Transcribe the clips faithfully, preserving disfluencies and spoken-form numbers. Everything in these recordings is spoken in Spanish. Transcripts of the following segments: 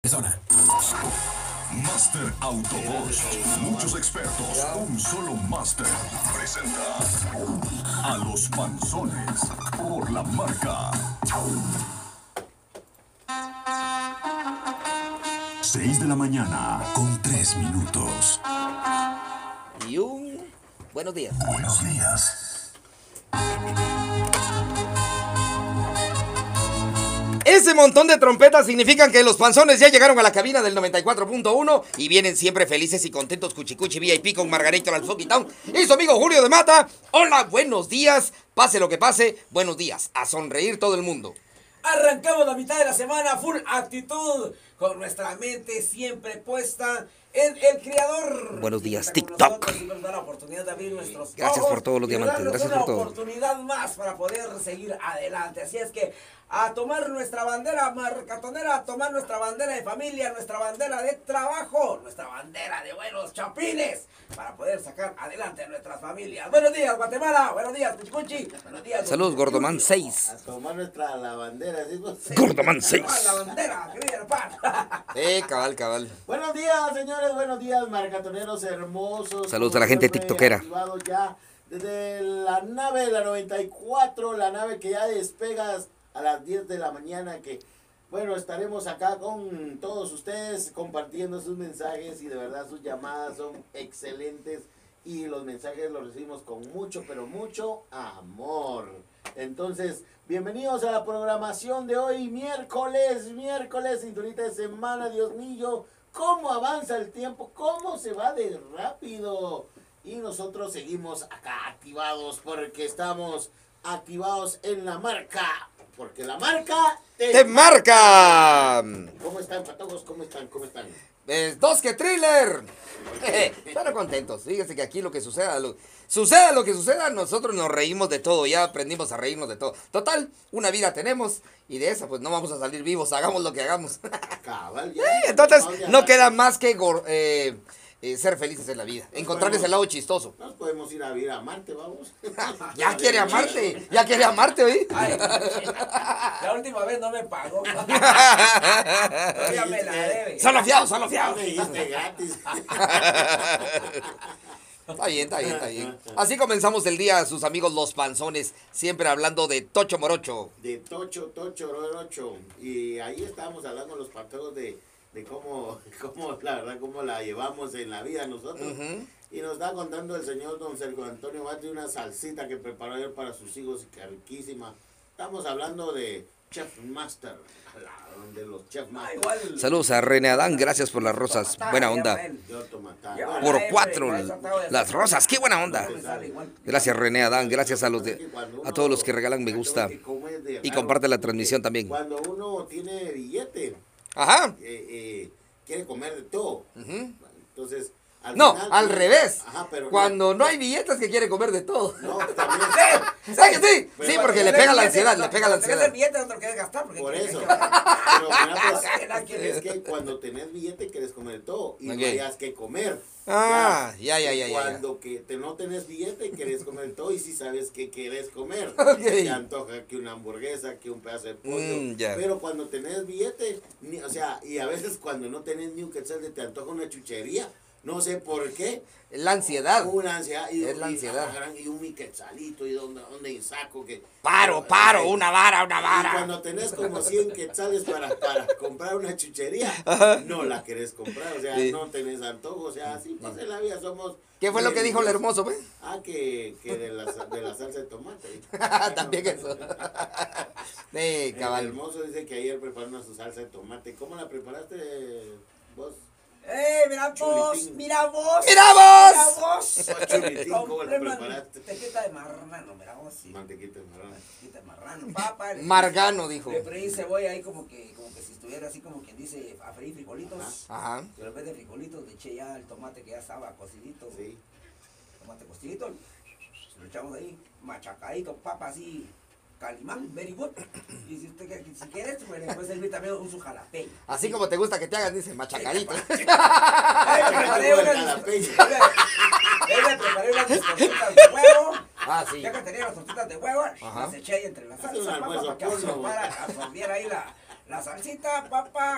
Zona. Master Autobots. Muchos expertos, un solo Master. Presenta a los panzones por la marca. seis de la mañana con tres minutos. Y un... Buenos días. Buenos días. Ese montón de trompetas significan que los panzones ya llegaron a la cabina del noventa y cuatro punto uno y vienen siempre felices y contentos cuchicuchi V I P con Margarito al Funky Town y su amigo Julio de Mata. Hola, buenos días. Pase lo que pase, buenos días. A sonreír todo el mundo. Arrancamos la mitad de la semana full actitud, con nuestra mente siempre puesta en el creador. Buenos días, TikTok. TikTok. Nos da la oportunidad de abrir nuestros Gracias ojos por todos los y diamantes, darnos gracias una por todo. oportunidad más para poder seguir adelante. Así es que a tomar nuestra bandera marcatonera, a tomar nuestra bandera de familia, nuestra bandera de trabajo, nuestra bandera de buenos chapines, para poder sacar adelante a nuestras familias. Buenos días, Guatemala. Buenos días, Cuchicuchi. Buenos días. Saludos, Gordoman seis. A tomar nuestra la bandera, ¿sí? Gordoman seis. La bandera, que viene el pan. Eh, cabal, cabal. Buenos días, señores, buenos días, marcatoneros hermosos. Saludos a la gente Siempre tiktokera. activados ya desde la nave de la noventa y cuatro, la nave que ya despegas a las diez de la mañana, que bueno, estaremos acá con todos ustedes compartiendo sus mensajes y de verdad sus llamadas son excelentes y los mensajes los recibimos con mucho, pero mucho amor. Entonces, bienvenidos a la programación de hoy, miércoles, miércoles, cinturita de semana, Dios mío, cómo avanza el tiempo, cómo se va de rápido. Y nosotros seguimos acá activados porque estamos activados en la marca. Porque la marca te, ¡Te marca! ¿Cómo están, patojos? ¿Cómo están? ¿Cómo están? Es dos que thriller. Pero contentos. Fíjense que aquí lo que suceda, lo, suceda lo que suceda, nosotros nos reímos de todo. Ya aprendimos a reírnos de todo. Total, una vida tenemos y de esa pues no vamos a salir vivos. Hagamos lo que hagamos. Cabal, Sí, entonces no queda más que gor- eh, eh, ser felices en la vida. Encontrarles el lado chistoso. Nos podemos ir a vivir a Marte, vamos. Ya quiere amarte. Ya quiere amarte, ¿oí? Ay, la última vez no me pagó. Todavía me la debe. Solo fiado, solo Ya fiado. me dijiste gratis. Está bien, está bien, está bien. Así comenzamos el día, sus amigos los panzones, siempre hablando de Tocho Morocho. De Tocho, Tocho, Rorocho. Y ahí estábamos hablando los patojos de, de cómo, cómo, la verdad, cómo la llevamos en la vida nosotros. Ujú. Y nos está contando el señor don Sergio Antonio Bati una salsita que preparó ayer para sus hijos y que riquísima. Estamos hablando de Chef Master, de los Chef Ah, Master. igual. Saludos a René Adán, gracias por las rosas. Buena onda. Yo tomatá. Ya, Por Ay, cuatro, hombre, igual, trataba de las hacer- rosas, qué buena onda. Me sale igual. Gracias René Adán, gracias a los de, a todos los que regalan me gusta y comparten la transmisión también. Cuando uno tiene billete, Ajá. eh, eh, quiere comer de todo. Ujú. Entonces, al No, final- al revés. Ajá, pero Cuando no hay billetes que quiere comer de todo. no, también. ¿Sí que sí? Pero Sí, cuando porque le Tienes pega la billete, ansiedad, no, le pega la cuando tienes ansiedad. el billete no te lo quieres gastar. Porque Por tienes eso. que- Pero mira, pues, Cada quien es que cuando tenés billete quieres comer todo y Ok. no hayas que comer. Ah, ya, ya, ya, ya, ya. Cuando que te, no tenés billete querés comer todo y si sabes que querés comer. Ok. Te antoja que una hamburguesa, que un pedazo de pollo. Mm, ya. Pero cuando tenés billete, ni- o sea, y a veces cuando no tenés ni un quetzal te antoja una chuchería. No sé por qué. La ansiedad. Una ansiedad. Y, Es la y- ansiedad. agarran- Y un mi quetzalito y donde, donde saco que... Paro, paro, una vara, una Y vara. cuando tenés como cien quetzales para, para comprar una chuchería, no la querés comprar, o sea, Sí. no tenés antojo, o sea, así pasa en la vida, somos... ¿Qué fue lo que dijo el hermoso, pues? Ah, que, que de, la, sa- de la salsa de tomate. También eso. Sí, El cabal. hermoso dice que ayer preparó una su salsa de tomate. ¿Cómo la preparaste vos? ¡Eh, mira vos! Chulitín. ¡Mira vos! ¡Mira vos! ¡Mira vos! Oh, chulitín, ¿cómo la Compré preparaste? mantequita de marrano, mira vos. Sí. Mantequita de marrón. Mantequita de marrano. Papa. le- Margano, dijo. Le freí cebolla ahí como que, como que si estuviera así como quien dice a freír frijolitos. Ajá. Pero en vez de frijolitos le eché ya el tomate que ya estaba cocidito. Sí. Tomate cocidito. Lo echamos ahí, machacadito, papa así, calimán, very good. Y si usted quiere- si quieres, pues le puede servir también un su jalapeño. Así como te gusta que te hagan, dice, machacadito. Ay, le preparé Como el unas- jalapeño. Yo le preparé unas tortitas de huevo. Ah, sí. Ya que tenía las tortitas de huevo, Ajá. las eché ahí entre las Hace un salsas, papá, almuerzo para que porno. absorbiera, absorbiera ahí la, la salsita, papá.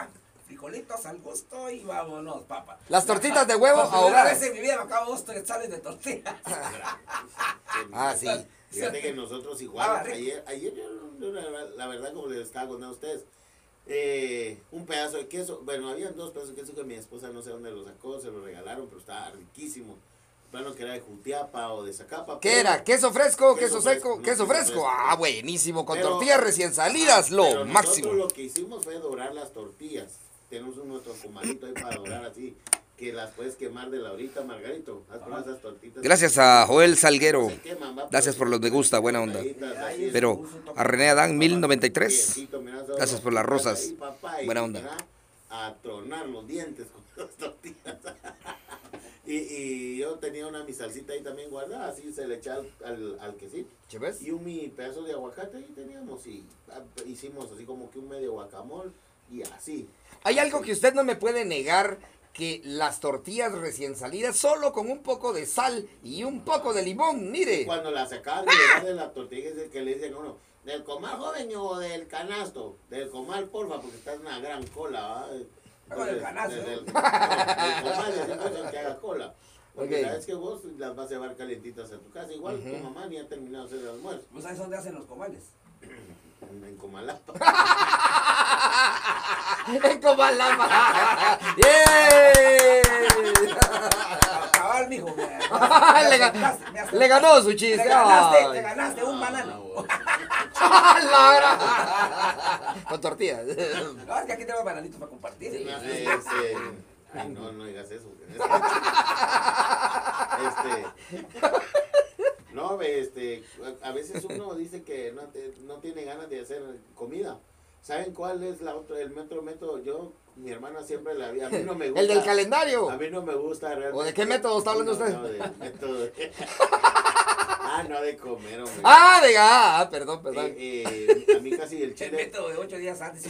frijolitos al gusto y vámonos, papá. Las tortitas de huevo Por primera ahogadas. vez en mi vida me acabo dos sales de tortillas. Ah, sí. Fíjate que nosotros igual, Ah, rico. ayer, ayer yo, la, la verdad, como les estaba contando a ustedes, eh, un pedazo de queso, bueno, había dos pedazos de queso que mi esposa no sé dónde lo sacó, se lo regalaron, pero estaba riquísimo. Plano que era de Jutiapa o de Zacapa. ¿Qué pero- era? ¿Queso fresco? ¿Queso, Queso seco? fresco, no, ¿Queso queso fresco? fresco. Ah, buenísimo. Con Pero- tortillas recién salidas, Ajá, lo pero máximo. Nosotros lo que hicimos fue dorar las tortillas. Tenemos un nuestro comadito ahí para dorar así, que las puedes quemar de la horita, Margarito. Haz con esas tortitas. Gracias a Joel Salguero. Se queman, va, Gracias pero por los me gusta, buena onda. doraditas, así, Ay, Pero a René Adán, mil noventa y tres. Dientito, mira, solo Gracias por las rosas. ahí, papá, y Buena onda. mira, a tronar los dientes con las tortillas. y, y yo tenía una mi salsita ahí también guardada, así se le echaba al, al, al quesito. ¿Sí ves? Y un mi pedazo de aguacate ahí teníamos y ah, hicimos así como que un medio guacamole y así. Hay algo que usted no me puede negar, que las tortillas recién salidas, solo con un poco de sal y un poco de limón, mire. Cuando la sacaban de, llegar de la tortilla, es el que le dicen a uno, ¿del comal joven o del canasto? Del comal, porfa, porque está en una gran cola, ¿va? Hago del canasto, Del, ¿eh? del- del comal, decimos el que haga cola. Porque Ok. sabes que vos las vas a llevar calientitas a tu casa. Igual tu mamá ni ha terminado de hacer el almuerzo. ¿Vos sabes dónde hacen los comales? En, en Comalapa. En Comalapa. ¡Yeah! Cabal, mijo. Me, me, le, me ga- acertaste, me acertaste. le ganó su chiste. Te ganaste, Ay. te ganaste un banano. La gran- Con tortillas. No, es que aquí tengo bananitos para compartir. Este, ay, no, no digas eso. Este, no, este, a veces uno dice que no, te- no tiene ganas de hacer comida. ¿Saben cuál es la otra, el metro método? Yo, mi hermana siempre la vi, a mí no me gusta. El del calendario. A mí no me gusta realmente. ¿O de qué método está hablando No, usted? No, del método. de- ah, no, de comer, hombre. Ah, de ah, perdón, perdón. Eh, eh, a mí casi el El chile. método de ocho días antes.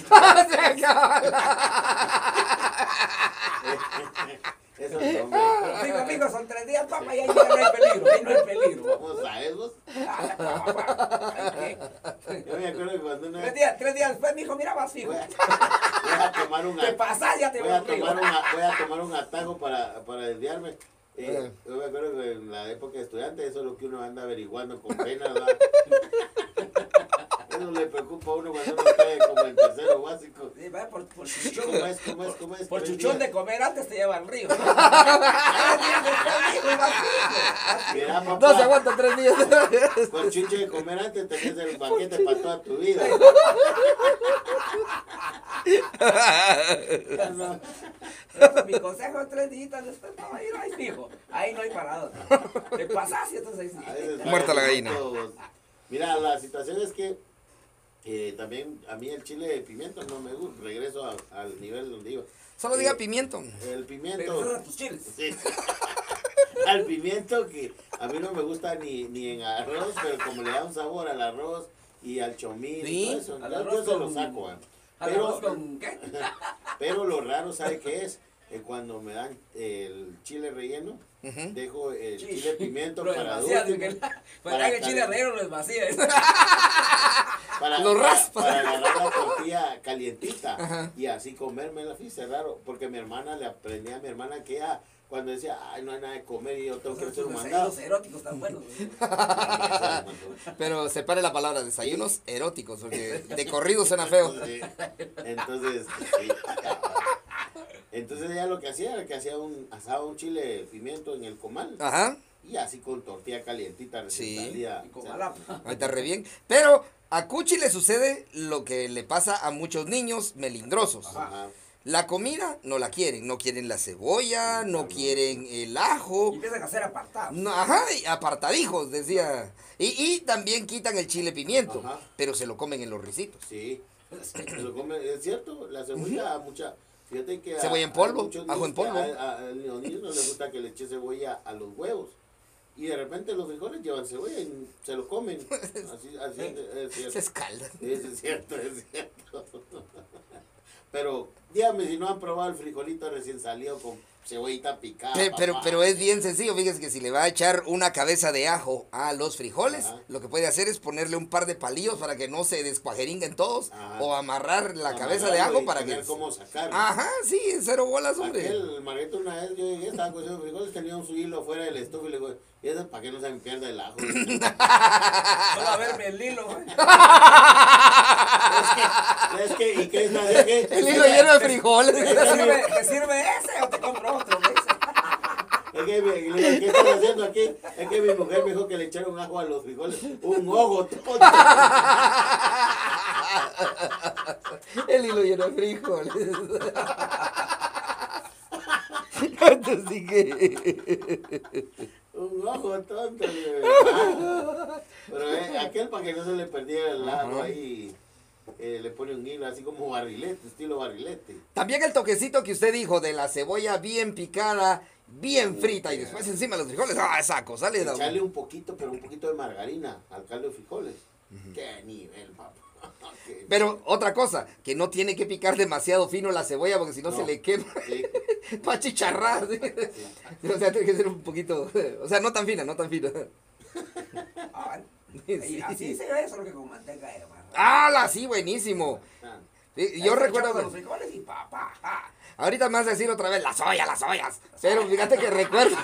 Eso es hombre. Amigo, amigo, son tres días, papá, y ahí ya no hay peligro, ahí no hay peligro. ¿Cómo sabes vos? ¿Qué? Yo me acuerdo que cuando una Tres días, tres días después, mijo, mira, vas fijo. voy a, voy a tomar un Te pasas, ya te voy voy a tomar una, voy a tomar un atajo para, para desviarme. Eh, Eh. yo me acuerdo que en la época de estudiante eso es lo que uno anda averiguando con pena, ¿verdad? Eso le preocupa a uno cuando uno está como en tercero básico. Sí, vaya, por, por chuchón, ¿Cómo es? ¿Cómo es? ¿Cómo es? por Tres chuchón días. de comer antes te lleva al río. Tres días después, mijo, vas fijo. Mira, papá, No se aguanta tres días. con chuche de comer antes tenés el banquete para toda tu vida. No. Eso, mi consejo, tres días después, no, ahí no hay fijo. Ahí no hay parado. Te pasas y entonces ahí A sí. veces Muerta la vale gallina. todos. Mira, la situación es que eh, también a mí el chile de pimiento no me gusta. Regreso a- al nivel donde iba. Solo Eh, diga pimiento. El Pero pimiento. esos son tus chiles. Sí. Al pimiento que a mí no me gusta ni, ni en arroz, pero como le da un sabor al arroz y al chomil Sí, y todo eso, al yo, arroz yo se lo con- saco. ah. ¿Al Pero, arroz con qué? pero lo raro, ¿sabe qué es? Eh, cuando me dan el chile relleno, Ujú. dejo el Sí. chile de pimiento Lo para desvacías, último, que para para que el chile cal- relleno lo desvacías. para, Lo para- raspa. para agarrar la tortilla calientita y así comérmela, fíjate, raro, porque mi hermana le aprendí a mi hermana que ella cuando decía, ay, no hay nada de comer y yo tengo que hacer Esos un mandado. desayunos eróticos tan buenos. Pero separe la palabra desayunos eróticos, porque de corrido suena feo. Sí. Entonces, sí. Entonces ella lo que hacía era que hacía un, asaba un chile de pimiento en el comal Ajá, y así con tortilla calientita recién Sí. salida. Y con O sea, malapa. ahorita re bien. Pero a Cuchi le sucede lo que le pasa a muchos niños melindrosos. Ajá. La comida no la quieren, no quieren la cebolla, no quieren el ajo. Y empiezan a hacer apartados. No, ajá, y apartadijos, decía. Y, y también quitan el chile pimiento, Ajá. pero se lo comen en los risitos. Sí, se lo come, es cierto, la cebolla a mucha, fíjate que a- Cebolla en a polvo, muchos ajo en niños que polvo. A, a- a los niños no les gusta que le eche cebolla a los huevos. Y de repente los frijoles llevan cebolla y se lo comen. Así, así es, es Se cierto. escaldan. Eso es cierto, es cierto. pero dígame si no han probado el frijolito recién salido con cebollita picada. Pe- Pero, papá. pero es bien sencillo, fíjese que si le va a echar una cabeza de ajo a los frijoles, Ajá. lo que puede hacer es ponerle un par de palillos para que no se descuajeringuen todos, Ajá. o amarrar la Amarrarlo cabeza de ajo y para tener que... cómo sacarlo. Ajá, sí, en cero bolas, hombre. Aquel Margarito una vez, yo llegué, estaba cocinando frijoles, tenía un su hilo fuera del estufa y le digo, ¿y eso para que no se me pierda el ajo? Solo a verme el hilo, güey. Es que, ¿y qué es la de qué? El hilo lleno de frijoles. ¿Te sirve, ¿Te sirve ese o te compro otro? Me dice. Es que, mi- le digo, ¿qué estás haciendo aquí? Es que mi mujer me dijo que le echaron ajo a los frijoles. Un ojo, tonto. El hilo lleno de frijoles. Entonces sí que... Un ojo tonto. güey. Pero eh, aquel para que no se le perdiera el lado ahí, eh, le pone un hilo así como barrilete, estilo barrilete. También el toquecito que usted dijo de la cebolla bien picada, bien frita y después encima los frijoles. Ah, esa cosa le da un- Echarle un poquito, pero un poquito de margarina al caldo de frijoles. Qué nivel, papá. Qué- Pero otra cosa, que no tiene que picar demasiado fino la cebolla porque si no, No. se le quema. Sí. Pa' chicharrar. ¿sí? O sea, tiene que ser un poquito. O sea, no tan fina, no tan fina. Ah, Sí. y así se ve, solo que con manteca de barra. ¡Hala! Sí, buenísimo. Ah, Sí, yo Ahí recuerdo. echamos los frijoles y papá. Ah. Ahorita me vas a decir otra vez, las ollas, las ollas. Pero fíjate que recuerdo.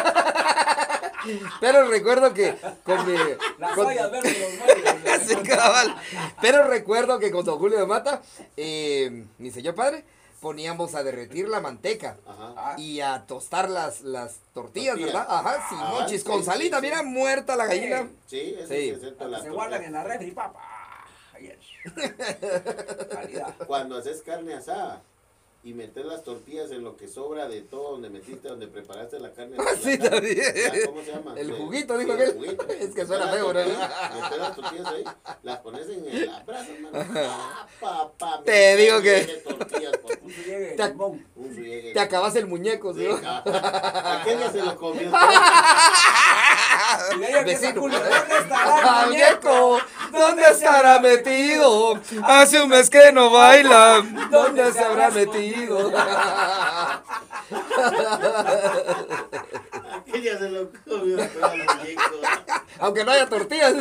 Pero recuerdo que con mi. Las con- ollas verdes, los muebles. Sí, cabal. Pero recuerdo que con don Julio de Mata, eh, mi señor padre, poníamos a derretir la manteca. Ajá. Ah, Y a tostar las, las tortillas, Tortillas. ¿verdad? Ajá, sí, Ah, mochis, sí, con sí, salita, sí. mira, muerta la gallina. Sí, eso Sí. sí, excepto la se tortilla. guardan en la refri, papá. Ahí es. Calidad. Cuando haces carne asada y metes las tortillas en lo que sobra de todo donde metiste, donde preparaste la carne. Ah, la sí, carne, también. ya, ¿cómo se llama? El De- juguito, dijo sí, aquel. el juguito. Es que suena Metes feo, las ¿no? tortillas, metes las tortillas ahí, las pones en la brasa, hermano. Ah, papá, Te me digo que- llegue tortillas, papá. Un friegue de Te- limón. Un friegue. Te acabas el muñeco, ¿sí? Sí, cabrón. Aquel ya se lo comió. Y ella empieza, Vecino. Julio, ¿dónde estará ¡Ah, el muñeco? muñeco! ¿Dónde estará metido? Hace un mes que no baila. ¿Dónde se habrá metido? Aquel ya se lo comió todo el muñeco. Aunque no haya tortillas.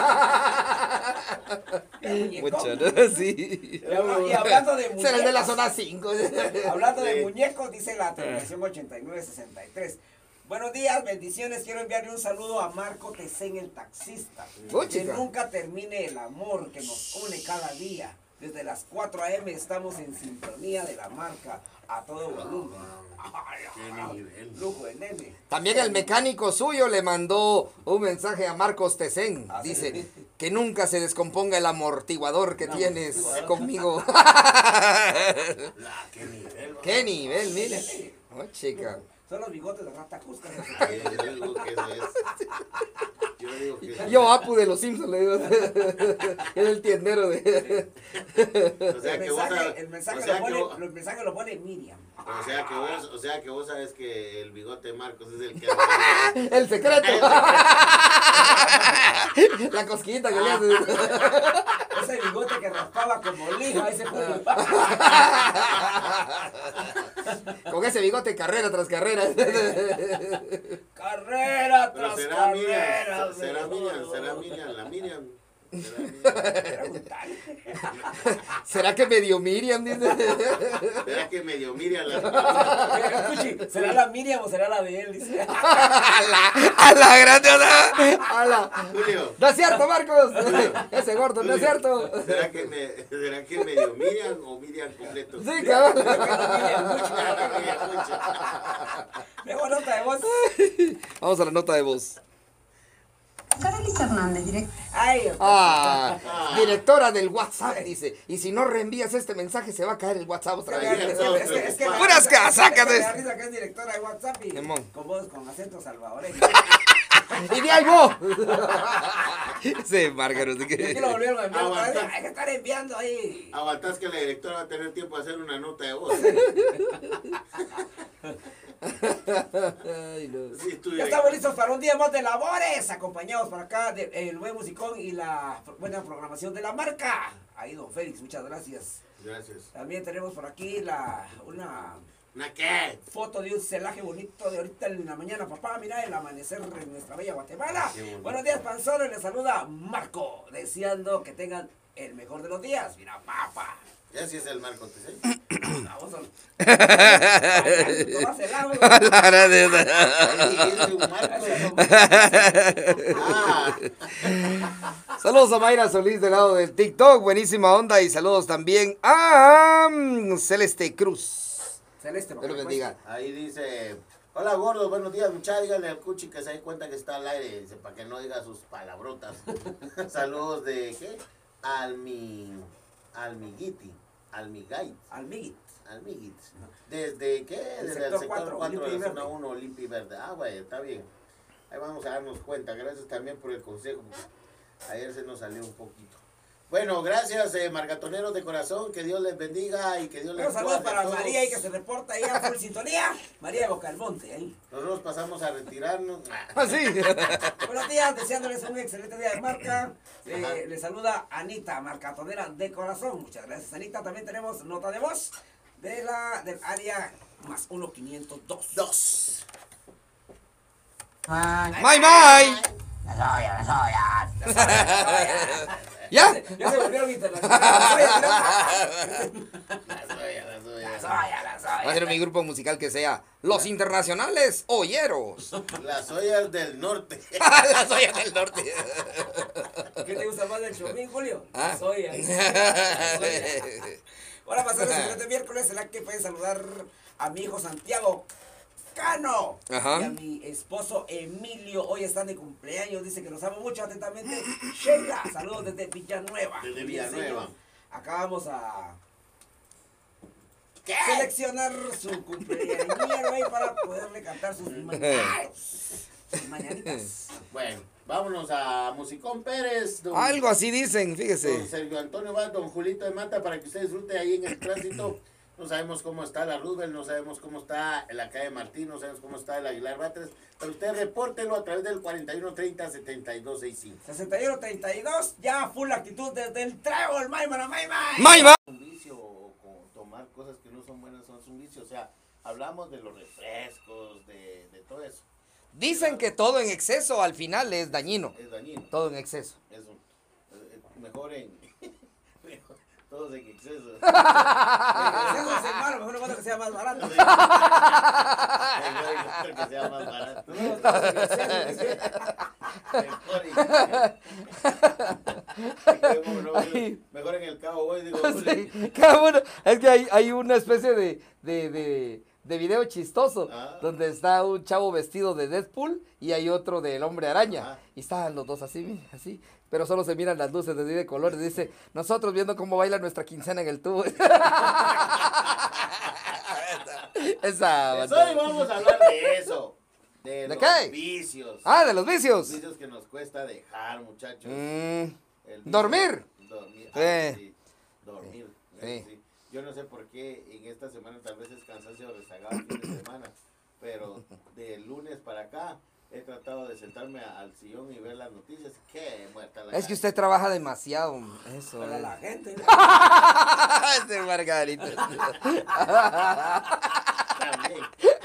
El muñeco. Mucho, ¿no? Sí. Y habla- y hablando de Será el de la muñecos, zona cinco. hablando de Sí. muñecos, dice la terminación ochenta y nueve sesenta y tres. Buenos días, bendiciones. Quiero enviarle un saludo a Marco Tecén, el taxista. Oh, Que chica. nunca termine el amor que nos une cada día. Desde las cuatro a eme estamos en sintonía de la marca a todo volumen. Qué nivel. Lujo de nene. También el mecánico suyo le mandó un mensaje a Marcos Tecén. Ah, sí. Dice que nunca se descomponga el amortiguador que tienes conmigo. Ah, qué nivel. ¡Qué nivel, mire! Oh, chica. Son los bigotes de Rata Cusca. Qué nivel que eso es. Yo digo que Yo, Apu de los Simpsons, le digo. Es el tiendero de... O sea El que vos mensaje, sabes- el mensaje o sea lo que pone, vos- el mensaje lo pone Miriam. o sea que vos, o sea que vos sabes que el bigote de Marcos es el que El secreto. La cosquillita que le hace. Ese bigote que raspaba como lija, ese Julio. Con ese bigote carrera tras carrera. Carrera Pero tras será carrera. Miriam, será me Miriam, jodo. será Miriam, la Miriam. Será Miriam. Preguntarle. ¿Será que me dio Miriam? Dice. Será que medio Miriam la Escuchi, ¿será la Miriam o será la de él? Dice. A la, a la grande, a la, a la. Julio. No es cierto, Marcos. Ese gordo, no es cierto. ¿Será que me, será que medio Miriam o Miriam completo? Sí, cabrón. Miriam, mucho. Luego nota de voz. Vamos a la nota de voz. Carelis Hernández, directo. Ay, Ah, directora del WhatsApp, dice. Y si no reenvías este mensaje, se va a caer el WhatsApp otra es que- vez. es que- es que- es que- Puras es que- casacas es que de- me da risa que es directora de WhatsApp y Simón. con voz con acento salvadoreño. Y de ahí vos. Sí, Márgaro. Yo quiero volver a enviar otra vez. Aguanta. Hay que estar enviando ahí. Aguantás que la directora va a tener tiempo de hacer una nota de voz. Ay, no. Sí, tú Ya estamos listos para un día más de labores, acompañados por acá del buen musicón y la buena programación de la marca. Ahí, don Félix, muchas gracias. Gracias. También tenemos por aquí la una ¿Una qué? foto de un celaje bonito de ahorita en la mañana, papá. Mira el amanecer en nuestra bella Guatemala. Buenos días, panzones. Les saluda Marco, deseando que tengan el mejor de los días. Mira, papá. Ya sí es el Marco, ¿te sé? Vamos a... Tomás el agua. Ahí es un Marco. Ah. Saludos a Mayra Solís del lado del TikTok, buenísima onda. Y saludos también a mm, Celeste Cruz. Celeste, Dios lo papá, bendiga. Ahí dice, hola gordo, buenos días muchachos, díganle al Cuchi que se dé cuenta que está al aire, dice, para que no diga sus palabrotas. Saludos de, ¿qué? Almi, Almiguiti, Almigait, Almiguit. Almiguit. ¿Desde qué? El Desde sector el sector cuatro, cuatro Limpio y de la Verde. zona uno, limpio y verde. Ah, güey, está bien. Ahí vamos a darnos cuenta, gracias también por el consejo. Ayer se nos salió un poquito. Bueno, gracias, eh, margatoneros de corazón, que Dios les bendiga y que Dios les Bueno, saludos guarde a para todos. María ahí que se reporta ahí a full sintonía. María de Bocalmonte ahí. Nosotros pasamos a retirarnos. Ah, sí. Buenos días, deseándoles un excelente día de marca. Eh, Ajá. les saluda Anita, marcatonera de corazón. Muchas gracias, Anita. También tenemos nota de voz de la, del área más uno quinientos dos. Dos. ¡May, may! ¿Ya? Ya se volvieron internacionales. La soya, la soya. La soya, la Va a soya. ser mi grupo musical que sea Los Internacionales Oyeros. Las ollas del norte. La soya del norte. ¿Qué te gusta más del chomín, Julio? Ah. La soya. Ahora pasando el siguiente miércoles, será que pueden saludar a mi hijo Santiago Cano Ajá. y a mi esposo Emilio. Hoy están de cumpleaños, dice que los amo mucho. Atentamente, Sheila. Saludos desde Villanueva. Desde Bien, Villanueva. señor. Acá vamos a ¿Qué? seleccionar su cumpleañero ahí para poderle cantar sus mañanitas. Sus mañanitas. Bueno, vámonos a Musicón Pérez. Don, Algo así dicen, don fíjese. Sergio Antonio Vaz, don Julito de Mata, para que usted disfrute ahí en el tránsito. No sabemos cómo está la Roosevelt, no sabemos cómo está la calle Martín, no sabemos cómo está el Aguilar Batres, pero usted repórtelo a través del cuarenta y uno treinta, setenta y dos sesenta y cinco. sesenta y uno treinta y dos, ya full actitud desde el trébol, Maymara, Maymay. ¡May, may! Un vicio o con tomar cosas que no son buenas son un vicio, o sea, hablamos de los refrescos, de, de todo eso, Dicen que todo en exceso al final es dañino. es dañino, Todo en exceso. es un, eh, mejor en, mejor, todos en exceso. Eso es el malo, mejor no falta que sea más barato. Mejor que sea más barato. No, todos en exceso, dice. Mejor, mejor en el cabo, voy, digo. Sí, cada uno- es que hay, hay una especie de, de, de, de video chistoso Ah. donde está un chavo vestido de Deadpool y hay otro del Hombre Araña. Ah. Y estaban los dos así, mira, así. Pero solo se miran las luces de, de colores. Dice, nosotros viendo cómo baila nuestra quincena en el tubo. Esa. Pues hoy vamos a hablar de eso. De, ¿De los qué? vicios. Ah, de los Los vicios. vicios que nos cuesta dejar, muchachos. Mm, El vicio- ¿Dormir? Dormir. Sí. ah, sí, Dormir. Sí. sí. Yo no sé por qué en esta semana tal vez es cansancio rezagado el fin de semana, pero de lunes para acá he tratado de sentarme a- al sillón y ver las noticias. Qué muerta la es que gana. usted trabaja demasiado. Eso. Para es. la gente. Este Margarito. También.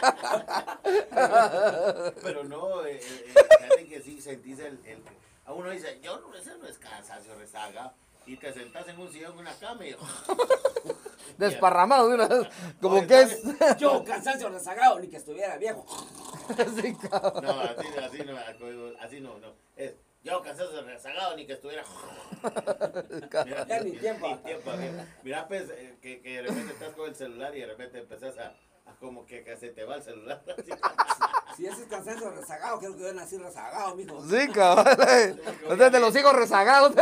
Pero no, eh, eh, fíjate que sí sentís el, el- a uno dice, yo no, ese no es cansancio, rezaga, y te sentás en un sillón, en una cama y Desparramado de una vez. Como Oye, que es. Yo, cansancio rezagado, ni que estuviera viejo. Sí, cabrón. no, así, así no, así no, no, es, yo cansancio rezagado, ni que estuviera mira, Ya ni tiempo. ni tiempo, mira, mira, pues, eh, que, que de repente estás con el celular y de repente empezás a, a como que, que se te va el celular, así. Si ese es cansancio rezagado, creo que yo nací rezagado, mijo. Sí, cabrón. Usted es de los hijos rezagados.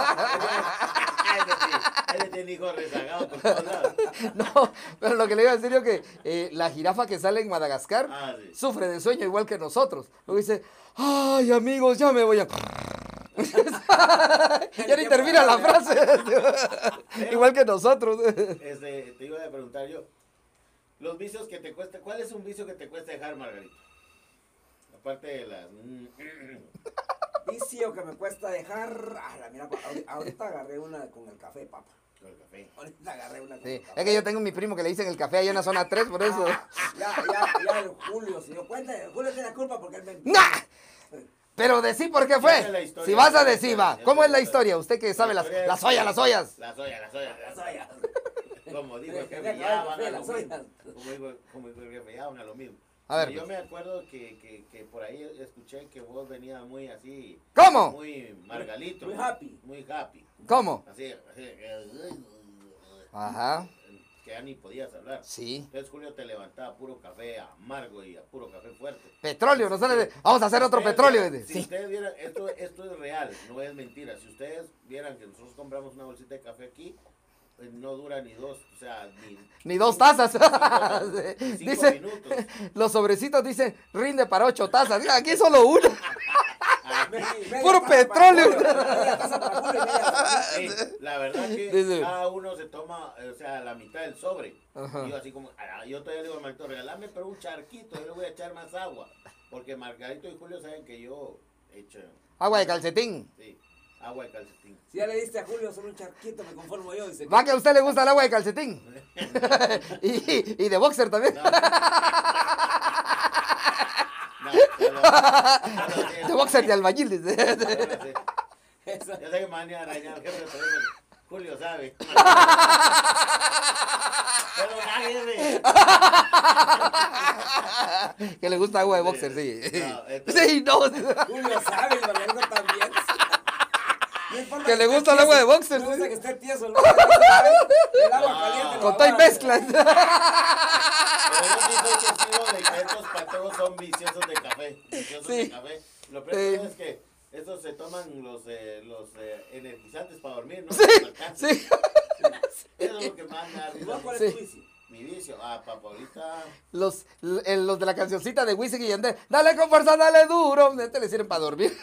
Ese tiene hijos rezagados por todos lados. No, pero lo que le iba a decir yo que eh, la jirafa que sale en Madagascar Ah, sí. sufre de sueño igual que nosotros. Luego dice, ay amigos, ya me voy a... ya ni termina la frase. Igual que nosotros. Este, te iba a preguntar yo, los vicios que te cuesta, ¿cuál es un vicio que te cuesta dejar, Margarito? Aparte de las... Vicio que me cuesta dejar. Ah, la mira, ahori- ahorita agarré una con el café, papá. con el café. Ahorita agarré una con Sí. el café. Es que yo tengo mi primo que le dicen el café allá en la zona tres, por eso. Ya, ya, ya el Julio se dio cuenta. El Julio tiene la culpa porque él me... ¡Nah! Pero decí por qué Ya sé fue. la historia, Si vas a ya sé, decir, va. ya ¿Cómo sé es la la historia? Usted que sabe La las, historia es- las ollas, las ollas. Las ollas, las ollas. Las ollas. Como digo el Que jefe, me ya acaba van de a lo las mismo. ollas. Como digo, como digo el jefe, ya van a lo mismo. A ver, Yo pues. me acuerdo que, que, que por ahí escuché que vos venías muy así. ¿Cómo? Muy margalito. Muy happy. Muy happy. ¿Cómo? Así, así. Ajá. Que ya ni podías hablar. Sí. Entonces Julio te levantaba puro café amargo y a puro café fuerte. Petróleo, no sale. Vamos a hacer otro Ustedes petróleo. vieran- dice. Si Sí. ustedes vieran, esto, esto es real, no es mentira. Si ustedes vieran que nosotros compramos una bolsita de café aquí, pues no dura ni dos, o sea, ni, Ni dos tazas. ni cinco Dice, minutos. los sobrecitos dicen, rinde para ocho tazas. Aquí solo una. Media Puro taza para petróleo. Julio, media taza para Julio y media para mí. Sí, la verdad que Dice. cada uno se toma, eh, o sea, la mitad del sobre. Ajá. Y yo así como, ah, yo todavía le digo al Margarito, regálame pero un charquito, yo le voy a echar más agua. Porque Margarito y Julio saben que yo echo, Agua de calcetín. sí, agua de calcetín. Si ya le diste a Julio solo un charquito, me conformo yo. Dice, Va que a usted le gusta el agua de calcetín. y, y de boxer también. No, no, solo- solo sí, De boxer de albañil. dice. solo sí. Eso. Yo sé que me van a arañar, jefe, pero Julio sabe. Pero nadie Que le gusta agua de boxer, sí. No, entonces- Sí, no. Julio sabe, el Margarito también. No importa Que le esté gusta el agua de tieso, boxer. No gusta que esté tieso. El Margarito sabe, el agua No. caliente. lo Con todo y aguanta. mezclas. Pero yo sí soy testigo de que estos patos son viciosos de café. Viciosos Sí. de café. Lo peor Sí. es que estos se toman los, eh, los eh, energizantes para dormir, ¿no? Sí, Los alcanzan. sí. Eso es lo que más me da ¿Y risa. vos cuál Sí. es tu vicio? Mi vicio. Ah, papá, ahorita. Los, l- los de la cancioncita de Wisin y Yandel. Dale con fuerza, dale duro. Este le sirven para dormir.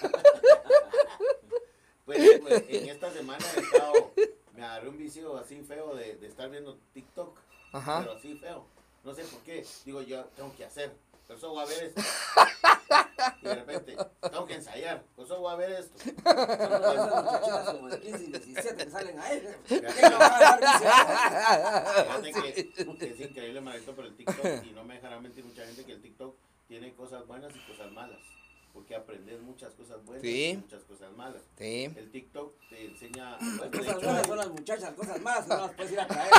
Pues, pues, en esta semana he estado. Me agarré un vicio así feo de, de estar viendo TikTok. Ajá. Pero así feo. No sé por qué. Digo, yo tengo que hacer. Por eso voy a ver esto. Y de repente, tengo que ensayar. Por eso voy a ver esto. Esas muchachitas como de quince y diecisiete que salen a él. ¿Qué no van a dar vicio? Fíjate que, que es increíble, Marito, pero el TikTok, y no me dejará mentir mucha gente que el TikTok tiene cosas buenas y cosas malas. Porque aprendes muchas cosas buenas Sí. y muchas cosas malas. Sí. El TikTok te enseña. Las bueno, de cosas hecho, buenas son las muchachas, cosas malas no las puedes ir a traer.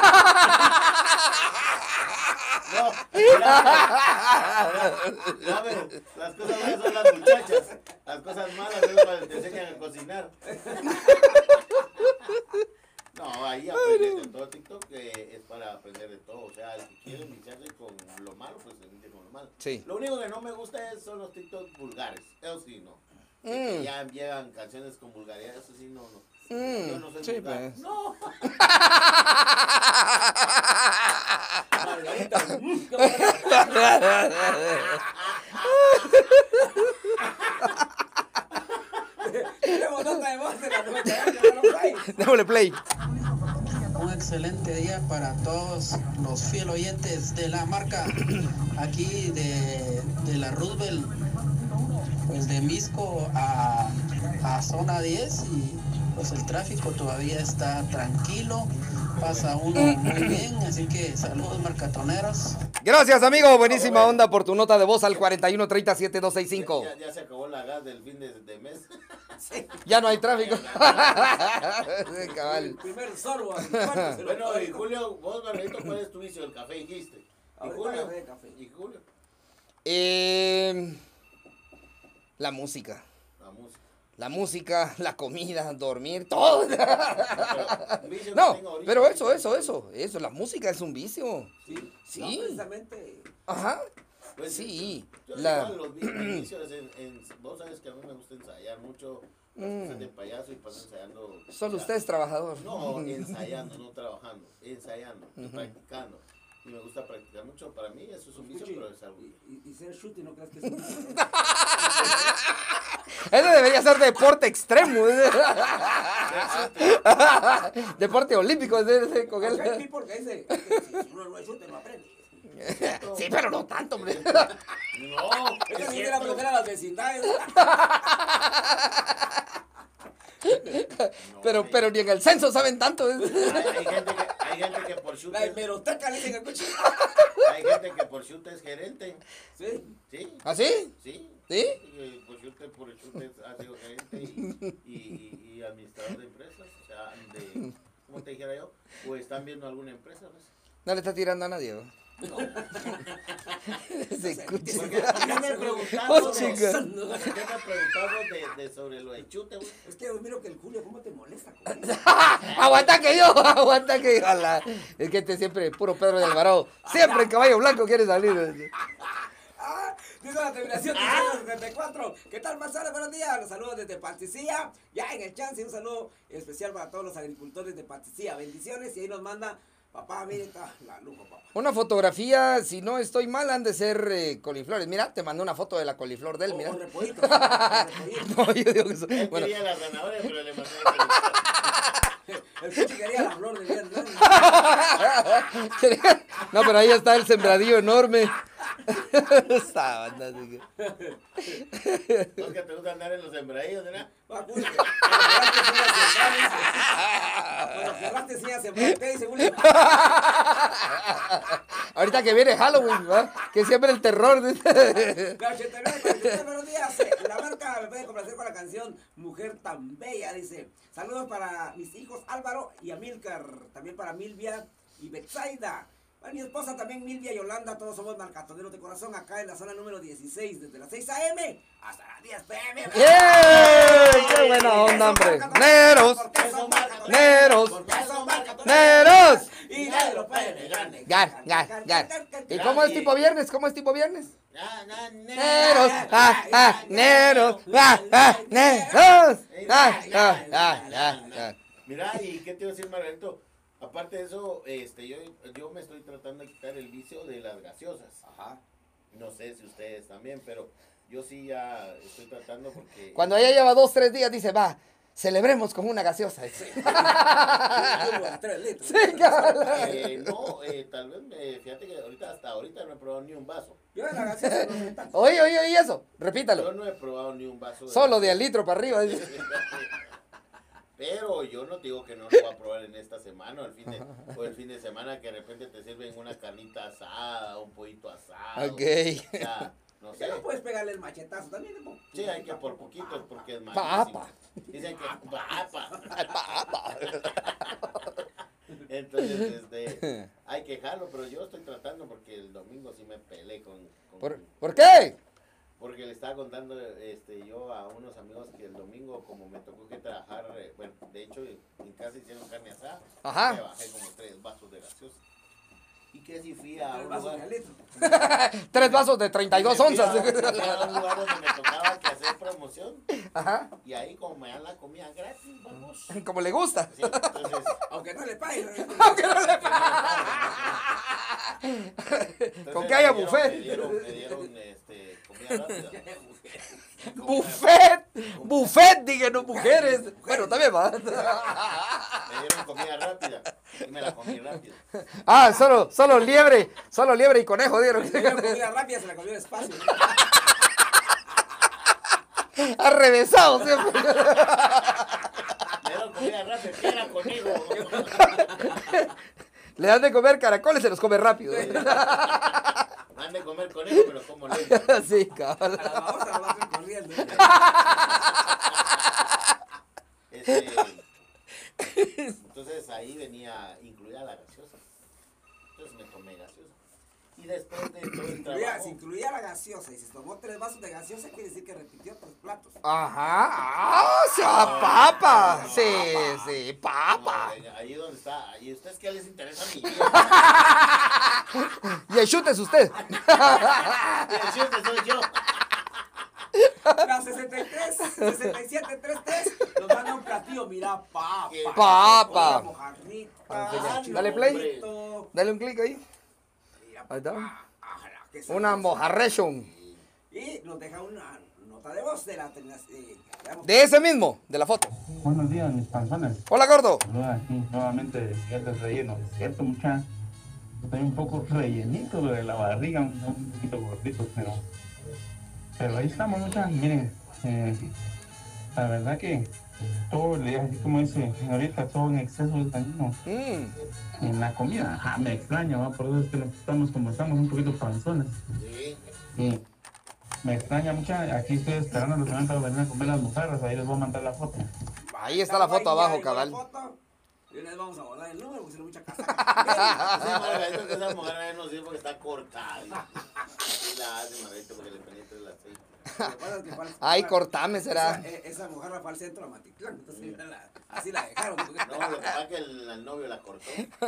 no, no, pero las cosas buenas son las muchachas. Las cosas malas es cuando te enseñan a cocinar. No, ahí aprendes de todo. TikTok eh, es para aprender de todo. O sea, el que quiere iniciarse con lo malo, pues se inicia con lo malo. Sí. Lo único que no me gusta es, son los TikTok vulgares. Eso sí, no. De que Mm. ya llegan canciones con vulgaridad, eso sí, no, no. Mm, Yo no soy sí, vulgar. pues. No. Margarita, mm, qué buena. Tenemos nota de voz de la noventa y ocho, ¿no? Ay. Démosle play. Un excelente día para todos los fiel oyentes de la marca aquí de, de la Roosevelt, pues de Misco a, a zona diez, y pues el tráfico todavía está tranquilo, pasa uno muy bien, así que saludos marcatoneros. Gracias, amigo. Buenísima onda por tu nota de voz al cuarenta y uno treinta siete dos sesenta y cinco. Ya, ya se acabó la gas del fin de, de mes. Ya no hay tráfico. El Cabal. primer sorbo. al cuarto se lo Bueno, doy. y Julio, vos, Margarito, ¿cuál es tu vicio? El café dijiste. ¿Y Ahorita Julio? agarré café. ¿Y Julio? Eh, la música. La música. La música, la comida, dormir, todo. Pero, un vicio que No, tengo ahorita- pero eso, eso, eso. Eso, la música es un vicio. Sí. Sí. No, precisamente. Ajá. Pues, Sí. Yo La... igual los vi- mis vicios en, en- vos sabes que a mí me gusta ensayar mucho las Mm. cosas de payaso y paso ensayando. Solo o sea, usted es trabajador. No, ensayando, no trabajando, ensayando y practicando. Y me gusta practicar mucho. Para mí eso es un vicio, Escuche, pero es algo. y, y, y ser shooting, ¿no crees que es un vicio? Ese debería ser deporte extremo. Deporte olímpico. ese- ese con él. Acá hay people que dice que si uno no es shooter, no aprende. Sí, pero no tanto, hombre. No, Esa es sí quiere cierto. aprender a las vecindades. pero, pero ni en el censo saben tanto. Hay, hay gente que, hay gente que por chute. La hemeroteca le dicen al cuchi. Hay gente que por chute es gerente. Sí. Sí. ¿Ah, sí? Sí. ¿Sí? Y por chute, por chute ha sido gerente y, y, y, y administrador de empresas. O sea, de, ¿cómo te dijera yo? O están viendo alguna empresa, ¿ves? No le está tirando a nadie, ¿no? No. Se Porque escucha. ya me preguntaron, Oh, de, chica. ya me preguntaron de, de sobre lo de chute, güey. Es que miro que el Julio, ¿cómo te molesta con eso? Aguanta que yo, aguanta que yo. ala. Es que este siempre, puro Pedro de Alvarado. Siempre en caballo blanco quiere salir. Ah, dice la terminación de setenta y cuatro. ¿Qué tal, Marzana? Buenos días. Los saludos desde Paticía. Ya en el chance, un saludo especial para todos los agricultores de Paticía. Bendiciones. Y ahí nos manda, papá, mire, está la lujo, papá. Una fotografía, si no estoy mal, han de ser eh, coliflores. Mira, te mandé una foto de la coliflor de él, O- mira. o repollitos, o repollitos. No, yo digo que eso. Él Bueno, quería la zanahoria, pero le mandé El cuchi quería la flor de bien, ¿no? no, pero ahí está el sembradío enorme. Esta banda, así que- los que te gusta andar en los sembradillos, ¿verdad? Va, Julio. Cuando cerraste, enseña a sembrar. ¿Qué dice Julio? Ahorita que viene Halloween, ¿verdad? Que siempre el terror. dice. La ochenta y nueve, cuarenta y nueve, buenos días. Eh, La marca me puede complacer con la canción Mujer tan bella, dice. Saludos para mis hijos Álvaro y Amílcar. También para Milvia y Betsaida. Para mi esposa también Milvia y Yolanda. Todos somos marcatoneros de corazón acá en la zona número dieciséis. Desde las seis a eme hasta las diez pe eme. ¡Bien! ¡Qué buena onda, hombre! ¡Neros! ¡Neros! ¡Neros! Y nadie lo puede negar. Gar, gar, gar. ¿Y cómo es tipo viernes? ¿Cómo es tipo viernes? Ah, no, no. Neros, ah, ah, neros, ah, ah, neros, ah, ah, ah, ah, ah. Mira, ¿y qué te iba a decir, Margarito? Aparte de eso, este, yo, yo me estoy tratando de quitar el vicio de las gaseosas. Ajá. No sé si ustedes también, pero yo sí ya estoy tratando porque... Cuando ella lleva dos, tres días, dice, va, celebremos con una gaseosa. Tres litros. Sí, cabrón. Eh, no, eh, tal vez, me, fíjate que ahorita, hasta ahorita no he probado ni un vaso. Yo en la gaseosa no sé tanto. Oye, oye, oye, eso, Yo repítalo. no he probado ni un vaso. Solo de al litro para arriba. dice. Pero yo no te digo que no lo voy a probar en esta semana o el fin de, o el fin de semana que de repente te sirven una carnita asada, un pollito asado. Ok. O sea, no sé. Ya no puedes pegarle el machetazo también. ¿no? Sí, hay que por poquitos porque es Papa. malísimo. Dicen que papa. Entonces, este, hay que dejarlo, pero yo estoy tratando porque el domingo sí me peleé con... con ¿Por, ¿por qué? Porque le estaba contando este, yo a unos amigos que el domingo, como me tocó que trabajar, eh, bueno, de hecho en casa hicieron carne asada, Ajá. me bajé como tres vasos de gaseosa. Y que si fui a El un vaso lugar... de litro. Tres vasos de treinta y dos me fui a- onzas. me fui a un lugar donde me tocaba que hacer promoción, Ajá. y ahí como me dan la comida gratis, vamos. Como le gusta. Sí, entonces... Aunque no le paguen. Aunque no le entonces Con que haya me dieron- buffet. Me dieron, me dieron este, comida rápida. Comida Buffet. Buffet, díganos, mujeres. Bueno, también va. Me dieron comida rápida y me la comí rápido. Ah, solo, solo liebre. Solo liebre y conejo dieron. Le dieron comida rápida, se la comió despacio. Arrevesado siempre. Me dieron comida rápida, que era conejo. Le dan de comer caracoles, se los come rápido. Me han de comer conejo, pero como lento. Sí, A cabrón. la babosa lo va a hacer corriendo. Este, entonces ahí venía incluida la gaseosa. Entonces me tomé gaseosa. Y después de todo el Incluía, trabajo... si incluía la gaseosa y si tomó tres vasos de gaseosa, quiere decir que repitió tres platos. Ajá. ¡Ah, o sea, papa! Sí, sí, papa. No, ahí donde está. ¿Y ustedes qué les interesa a mí? Y el chute es usted. El chiste soy yo. La sesenta y tres, sesenta y siete, treinta y tres nos manda un platillo, mira, papa. Papa. Una mojarrita. Dale chile play. frito, Dale un clic ahí. mira, Ahí está. ah, ah, qué Una sabroso. mojarration. Y nos deja una nota de voz de la eh, veamos. De ese mismo, de la foto. Buenos días, mis panzones. Hola, gordo. Saludos aquí nuevamente de Miguel del Relleno. Es cierto, mucha. Estoy un poco rellenito de la barriga, un, un poquito gordito, pero. Pero ahí estamos, mucha. Miren, eh, la verdad que todo le así como dice, ahorita todo en exceso es dañino. Mm. En la comida, ah, me extraña, ¿va? Por eso es que nos estamos como estamos un poquito panzones. Sí. Y me extraña mucho, aquí estoy esperando a los que van para venir a comer las mojarras, ahí les voy a mandar la foto. Ahí está la foto abajo, cabal. Foto, y les vamos a guardar el número porque se le mucha casa. Sí, Margarito, que esa mujer ahí no sirve porque está cortada. Así la hace, Margarito, porque le penetra el aceite. Ay, cortame, será. Esa, esa mujer la fue al centro a Matitlán, entonces la, así la dejaron. No, lo que pasa es que el, el novio la cortó.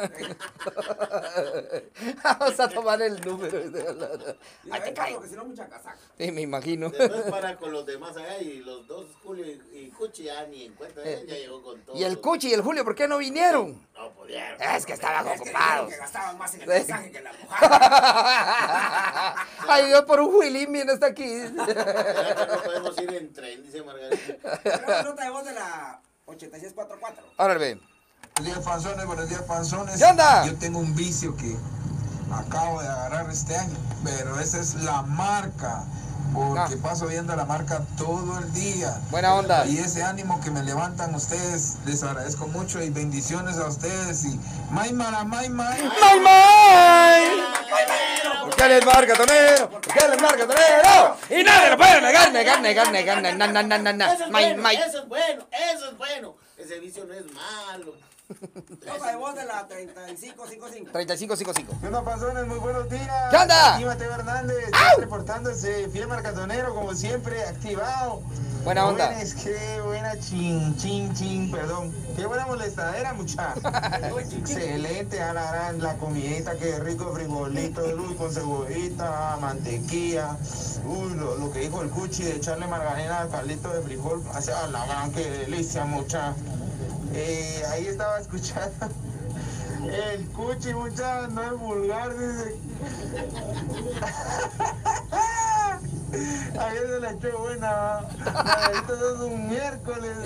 Vamos a tomar el número. Ay, te caigo. Que si no, mucha casaca. Sí, me imagino. Después para con los demás allá y los dos, Julio y, y Cuchi, ya ni encuentran, Eh, ya llegó con todo. Y el Cuchi y el Julio, ¿por qué no vinieron? No pudieron. Es que estaban Es que ocupados. dijeron que gastaban más en el mensaje que en la mujer. Ay, Dios, por un Willy, viene hasta aquí. ¿Será que no podemos ir en tren? Dice Margarita. Tenemos nota de voz de la ochenta y seis cuarenta y cuatro. Ahora ve. Buenos días, panzones, buenos días, panzones. ¿Qué onda? Yo tengo un vicio que acabo de agarrar este año, pero esa es la marca, porque Ah. paso viendo la marca todo el día. Buena onda. Y ese ánimo que me levantan ustedes, les agradezco mucho y bendiciones a ustedes. Y may mara, may may. ¡May, may! ¿Por qué les marca tonero? ¿Por qué les marca tonero? Y nadie lo puede negar, negar, negar, negar, na, na, na, na, na, na. Eso es May, bueno, may. eso es bueno, eso es bueno. Ese vicio no es malo. Nota de voz de la treinta y cinco cincuenta y cinco. treinta y cinco cincuenta y cinco. ¿Qué onda, panzones? Muy buenos días. ¿Qué onda? Aquí Mateo Hernández, reportándose, fiel marcatonero, como siempre, activado. Buena onda. Jóvenes, qué buena chin, chin, chin, perdón. Qué buena molestadera, muchacha. Excelente, a la gran, la comidita, qué rico frijolito, uy, con cebollita, mantequilla. Uy, lo, lo que dijo el Cuchi de echarle margarina al caldito de frijol. O sea, la gran, qué delicia, muchacha. Eh, ahí estaba escuchando. El Cuchi, muchacha, no es vulgar, dice. Ayer se la echó buena, ahorita es un miércoles.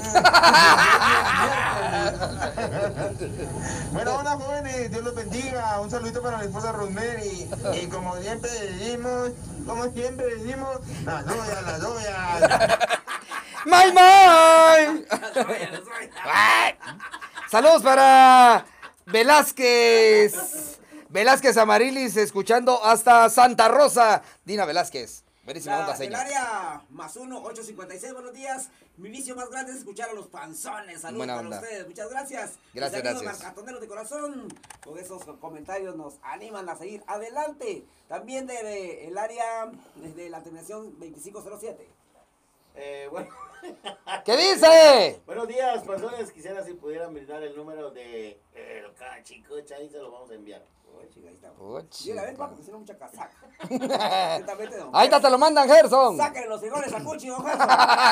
Bueno, hola jóvenes, Dios los bendiga. Un saludito para mi esposa Rosemary. Y como siempre decimos, como siempre decimos, la doya, la doya. ¡May, may! Ay. Saludos para Velázquez. Velázquez Amarilis, escuchando hasta Santa Rosa. Dina Velázquez. Buenísima La, onda, del señor. área más uno, ocho cincuenta y seis, buenos días. Mi vicio más grande es escuchar a los panzones. Saludos Buena para onda. ustedes, muchas gracias. Gracias, Mis amigos gracias. marcatoneros de corazón, con esos comentarios nos animan a seguir adelante. También del área de la terminación veinticinco cero siete. Eh, bueno. ¿Qué dice? Buenos días, personas. Quisiera si pudieran brindar el número de el cachicocha, ahí se lo vamos a enviar. Oye, chica, ahí está. Oh, Y la vez, chica. porque si no, mucha casaca. Atentamente, don Ahí está, te lo mandan, Gerson. Sáquenle los frijoles a Cuchi, don Gerson.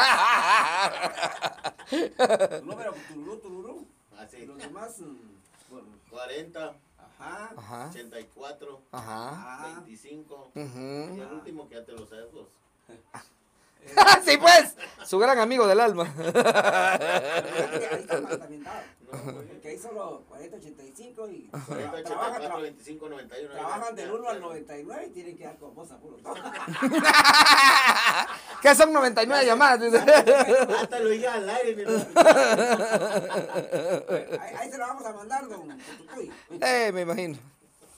Tu número, tururú, tururú. Así. Y los demás, mm, bueno, cuarenta, ajá. Ajá. ochenta y cuatro, Ajá. Ah, veinticinco. Ujú. Y el último que ya te lo sabes vos. Sí, pues. Su gran amigo del alma. fíjate que ahí está mal también dado. No, Porque ahí solo cuarenta ochenta y cinco y cuarenta, ochenta y trabajan, cuatro, tra- veinticinco, noventa y uno. trabajan del uno al noventa y nueve y tienen que dar con vos a puro. ¿Qué son noventa y nueve llamadas? Dice. Hasta lo diga al aire, mi hermano. Ahí, ahí se lo vamos a mandar, don Tutucuy. Eh, me imagino.